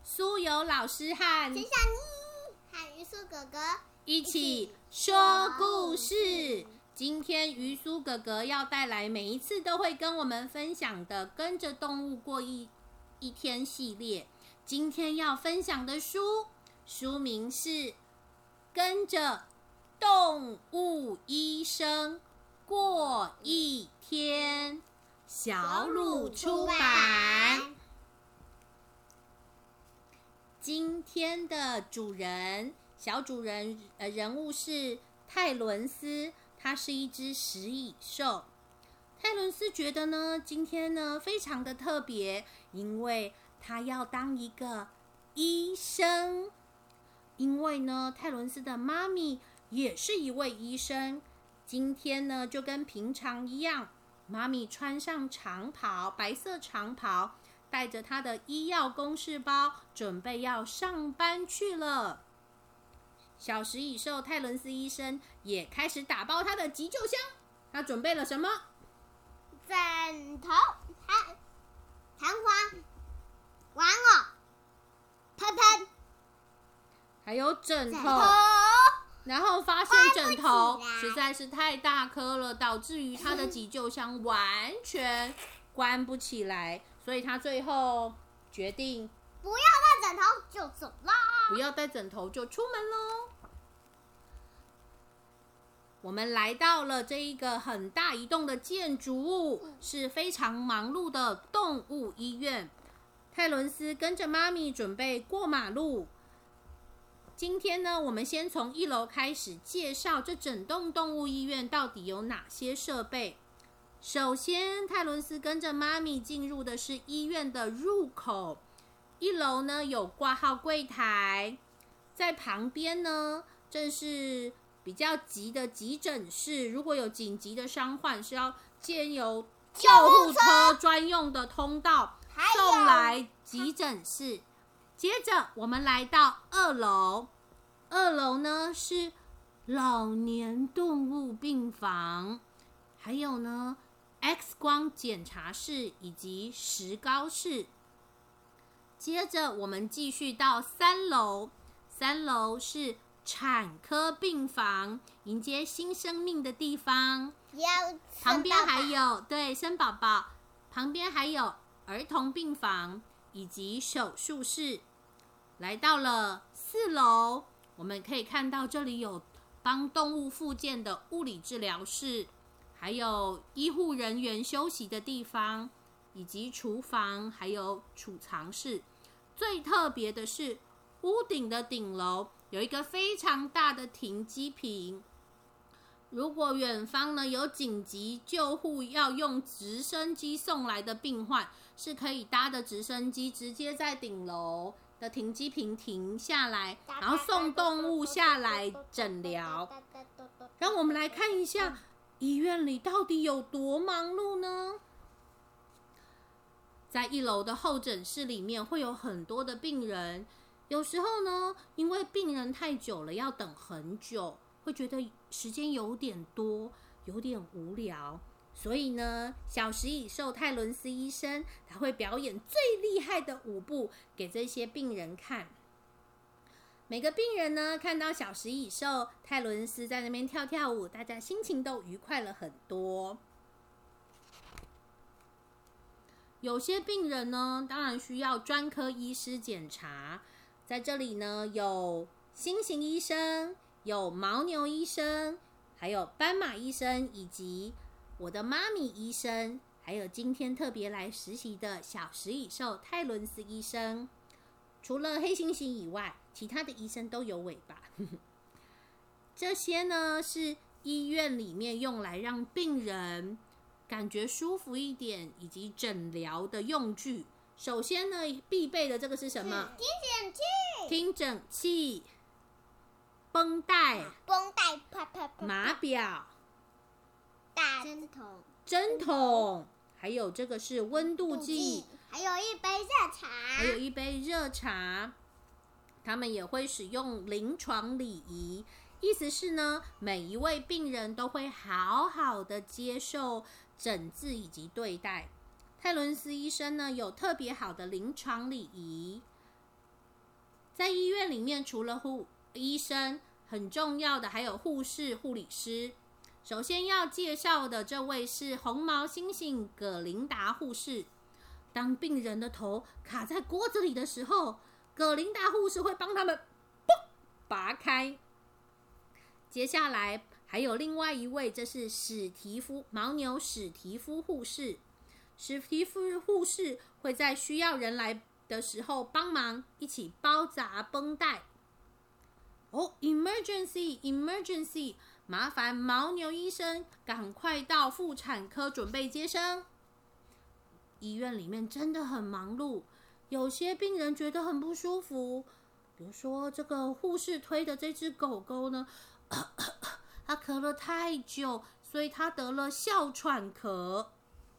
苏有老师和陈小妮和鱼苏哥哥一起说故事。今天鱼苏哥哥要带来每一次都会跟我们分享的跟着动物过一天系列。今天要分享的书名是跟着动物医生过一天，小鲁出版。今天的小主人人物是泰伦斯，它是一只食蚁兽。泰伦斯觉得呢，今天呢非常的特别，因为他要当一个医生。因为呢，泰伦斯的妈咪也是一位医生。今天呢，就跟平常一样，妈咪穿上长袍，白色长袍，带着她的医药公事包，准备要上班去了。小食蚁兽泰伦斯医生也开始打包他的急救箱。他准备了什么？ 枕头、弹簧、玩偶、喷喷， 还有枕头。然后发现枕头实在是太大颗了，导致于他的急救箱完全关不起来，所以他最后决定不要带枕头就走啦， 不要带枕头就出门咯。我们来到了这一个很大一栋的建筑物，是非常忙碌的动物医院。泰伦斯跟着妈咪准备过马路。今天呢，我们先从1楼开始介绍这整栋动物医院到底有哪些设备。首先，泰伦斯跟着妈咪进入的是医院的入口。1楼呢有挂号柜台，在旁边呢正是比较急的急诊室，如果有紧急的伤患，是要借由救护车专用的通道送来急诊室。接着我们来到2楼，2楼呢是老年动物病房，还有呢 X 光检查室以及石膏室。接着我们继续到3楼，3楼是产科病房，迎接新生命的地方。旁边还有生宝宝，旁边还有儿童病房以及手术室。来到了4楼，我们可以看到这里有帮动物复健的物理治疗室，还有医护人员休息的地方，以及厨房，还有储藏室。最特别的是，屋顶的顶楼有一个非常大的停机坪。如果远方呢有紧急救护要用直升机送来的病患，是可以搭的直升机直接在顶楼的停机坪停下来，然后送动物下来诊疗。让我们来看一下医院里到底有多忙碌呢？在1楼的候诊室里面会有很多的病人，有时候呢，因为病人太久了，要等很久，会觉得时间有点多，有点无聊。所以呢，小食蚁兽泰伦斯医生他会表演最厉害的舞步给这些病人看。每个病人呢，看到小食蚁兽泰伦斯在那边跳跳舞，大家心情都愉快了很多。有些病人呢，当然需要专科医师检查。在这里呢，有猩猩医生，有牦牛医生，还有斑马医生，以及我的妈咪医生，还有今天特别来实习的小食蚁兽泰伦斯医生。除了黑猩猩以外，其他的医生都有尾巴。这些呢，是医院里面用来让病人感觉舒服一点，以及诊疗的用具。首先呢，必备的这个是什么？听诊器、绷带、码表、针筒，还有这个是温度计， 还有一杯热茶。 他们也会使用临床礼仪，意思是呢，每一位病人都会好好的接受诊治以及对待。泰伦斯医生呢有特别好的临床礼仪， 在医院里面，除了医生，很重要的还有护士、护理师。首先要介绍的这位是红毛猩猩葛琳达护士。当病人的头卡在锅子里的时候，葛琳达护士会帮他们拔开。接下来还有另外一位，这是牻牛史提夫护士。史提夫护士会在需要人来的时候帮忙一起包扎绷带。Emergency， 麻烦牦牛医生赶快到妇产科准备接生。医院里面真的很忙碌，有些病人觉得很不舒服，比如说这个护士推的这只狗狗呢，它咳了太久，所以它得了哮喘咳。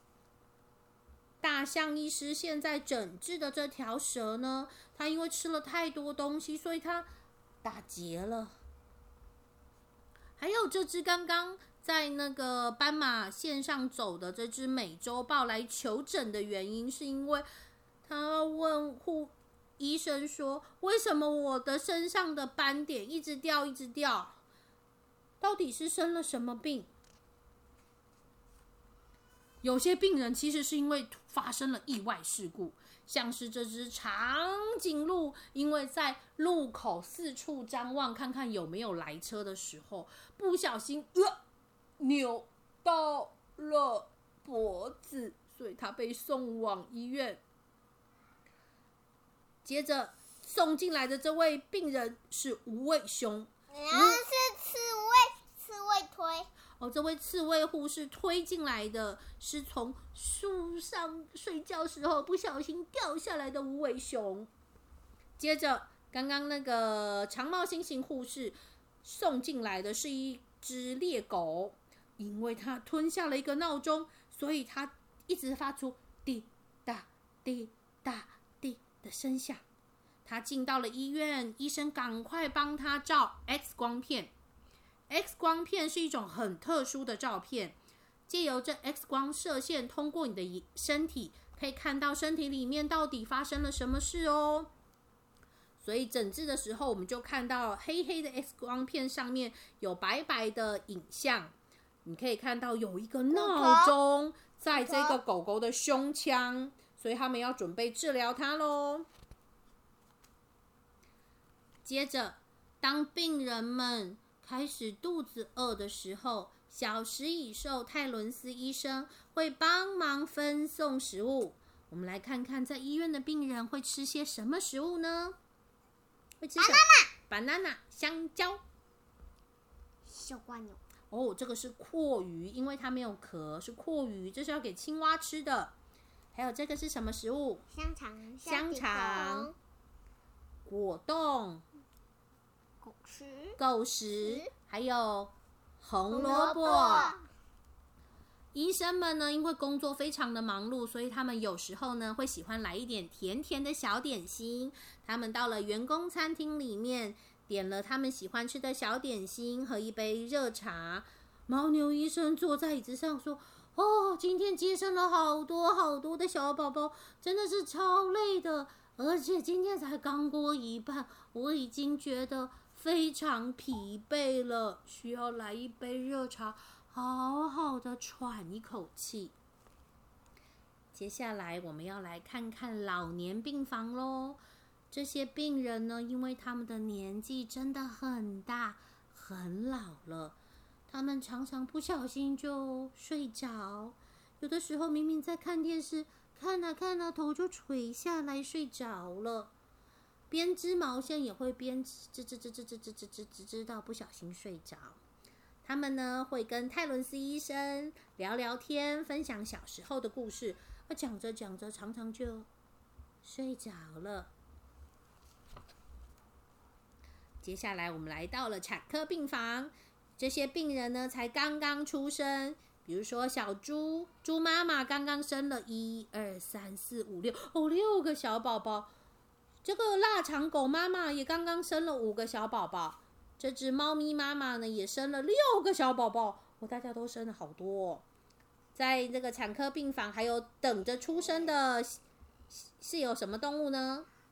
大象医师现在诊治的这条蛇呢，它因为吃了太多东西，所以它打结了。还有这只刚刚在那个斑马线上走的这只美洲豹来求诊的原因，是因为他问医生说，为什么我的身上的斑点一直掉一直掉，到底是生了什么病？有些病人其实是因为发生了意外事故，像是这只长颈鹿，因为在路口四处张望看看有没有来车的时候，不小心扭到了脖子，所以他被送往医院。接着送进来的这位病人是无尾熊， 然后是刺猬推。 这位刺猬护士推进来的是从树上睡觉时候不小心掉下来的无尾熊。接着刚刚那个长毛猩猩护士送进来的是一只猎狗，因为它吞下了一个闹钟，所以它一直发出滴答滴答滴的声响。它进到了医院，医生赶快帮它照 X 光片。X 光片是一种很特殊的照片，借由这 X 光射线通过你的身体，可以看到身体里面到底发生了什么事哦。所以诊治的时候，我们就看到黑黑的 X 光片上面有白白的影像，你可以看到有一个闹钟在这个狗狗的胸腔，所以他们要准备治疗它咯。接着，当病人们开始肚子饿的时候，小食蚁兽泰伦斯医生会帮忙分送食物。我们来看看在医院的病人会吃些什么食物呢？会吃什么？banana 香蕉。 小蜗牛。 这个是蛞蝓，因为它没有壳，是蛞蝓，这是要给青蛙吃的。还有这个是什么食物？香肠。果冻。狗食，还有红萝卜。医生们呢，因为工作非常的忙碌，所以他们有时候呢会喜欢来一点甜甜的小点心。他们到了员工餐厅里面，点了他们喜欢吃的小点心和一杯热茶。牦牛医生坐在椅子上说：今天接生了好多好多的小宝宝，真的是超累的，而且今天才刚过一半，我已经觉得非常疲惫了，需要来一杯热茶，好好的喘一口气。接下来我们要来看看老年病房咯。这些病人呢，因为他们的年纪真的很大很老了，他们常常不小心就睡着，有的时候明明在看电视，看啊看啊，头就垂下来睡着了。编织毛线也会编织到不小心睡着。他们呢会跟泰伦斯医生聊聊天，分享小时候的故事，讲着讲着常常就睡着了。接下来我们来到了产科病房，这些病人呢才刚刚出生，比如说小猪妈妈刚刚生了1、2、3、4、5、6个小宝宝。这个腊肠狗妈妈也刚刚生了5个小宝宝，这只猫咪妈妈呢也生了6个小宝宝，大家都生了好多哦。在这个产科病房还有等着出生的是有什么动物呢？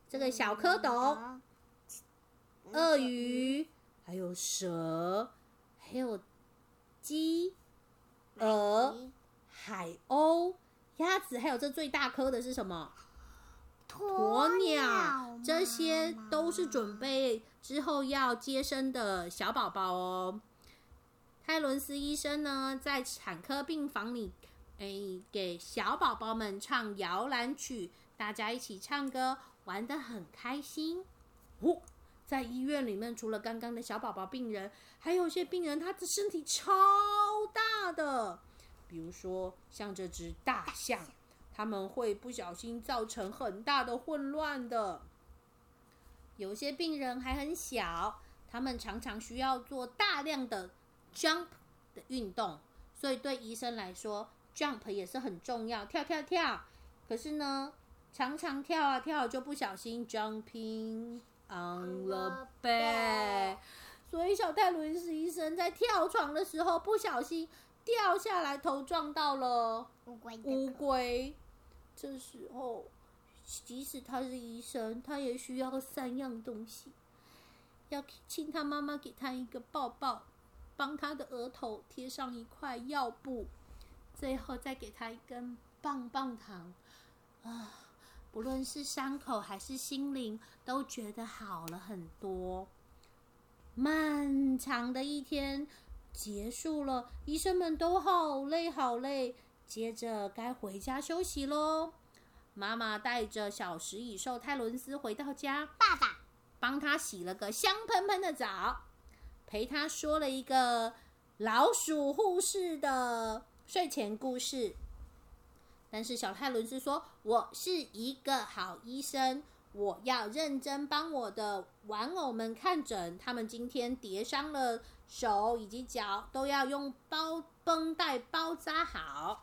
这个小蝌蚪、鳄鱼，还有蛇，还有鸡、鹅、海鸥、鸭子，还有这最大颗的是什么？鸵鸟。这些都是准备之后要接生的小宝宝哦。泰伦斯医生呢，在产科病房里，给小宝宝们唱摇篮曲，大家一起唱歌，玩得很开心。在医院里面，除了刚刚的小宝宝病人，还有些病人他的身体超大的，比如说像这只大象，他们会不小心造成很大的混乱的。有些病人还很小，他们常常需要做大量的 jump 的运动，所以对医生来说 jump 也是很重要，跳跳跳。可是呢，常常跳啊跳就不小心 jumping on the bed， 所以小泰伦斯医生在跳床的时候不小心掉下来，头撞到了乌龟。这时候即使他是医生，他也需要3样东西，要请他妈妈给他一个抱抱，帮他的额头贴上一块药布，最后再给他一根棒棒糖。不论是伤口还是心灵，都觉得好了很多。漫长的一天结束了，医生们都好累好累，接着该回家休息咯。妈妈带着小食蚁兽泰伦斯回到家， 爸爸帮他洗了个香喷喷的澡，陪他说了一个老鼠护士的睡前故事。但是小泰伦斯说，我是一个好医生，我要认真帮我的玩偶们看诊，他们今天跌伤了手以及脚，都要用绷带包扎好。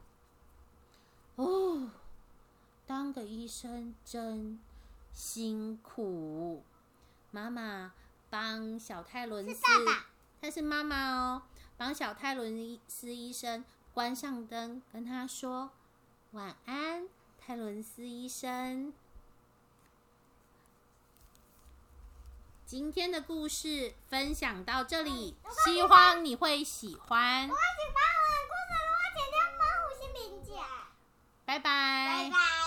当个医生真辛苦。妈妈帮小泰伦斯，他是妈妈哦，帮小泰伦斯医生关上灯，跟他说晚安，泰伦斯医生。今天的故事分享到这里，希望你会喜欢。 我喜欢我的故事，如果请听帮5星评价。 拜拜。 拜拜。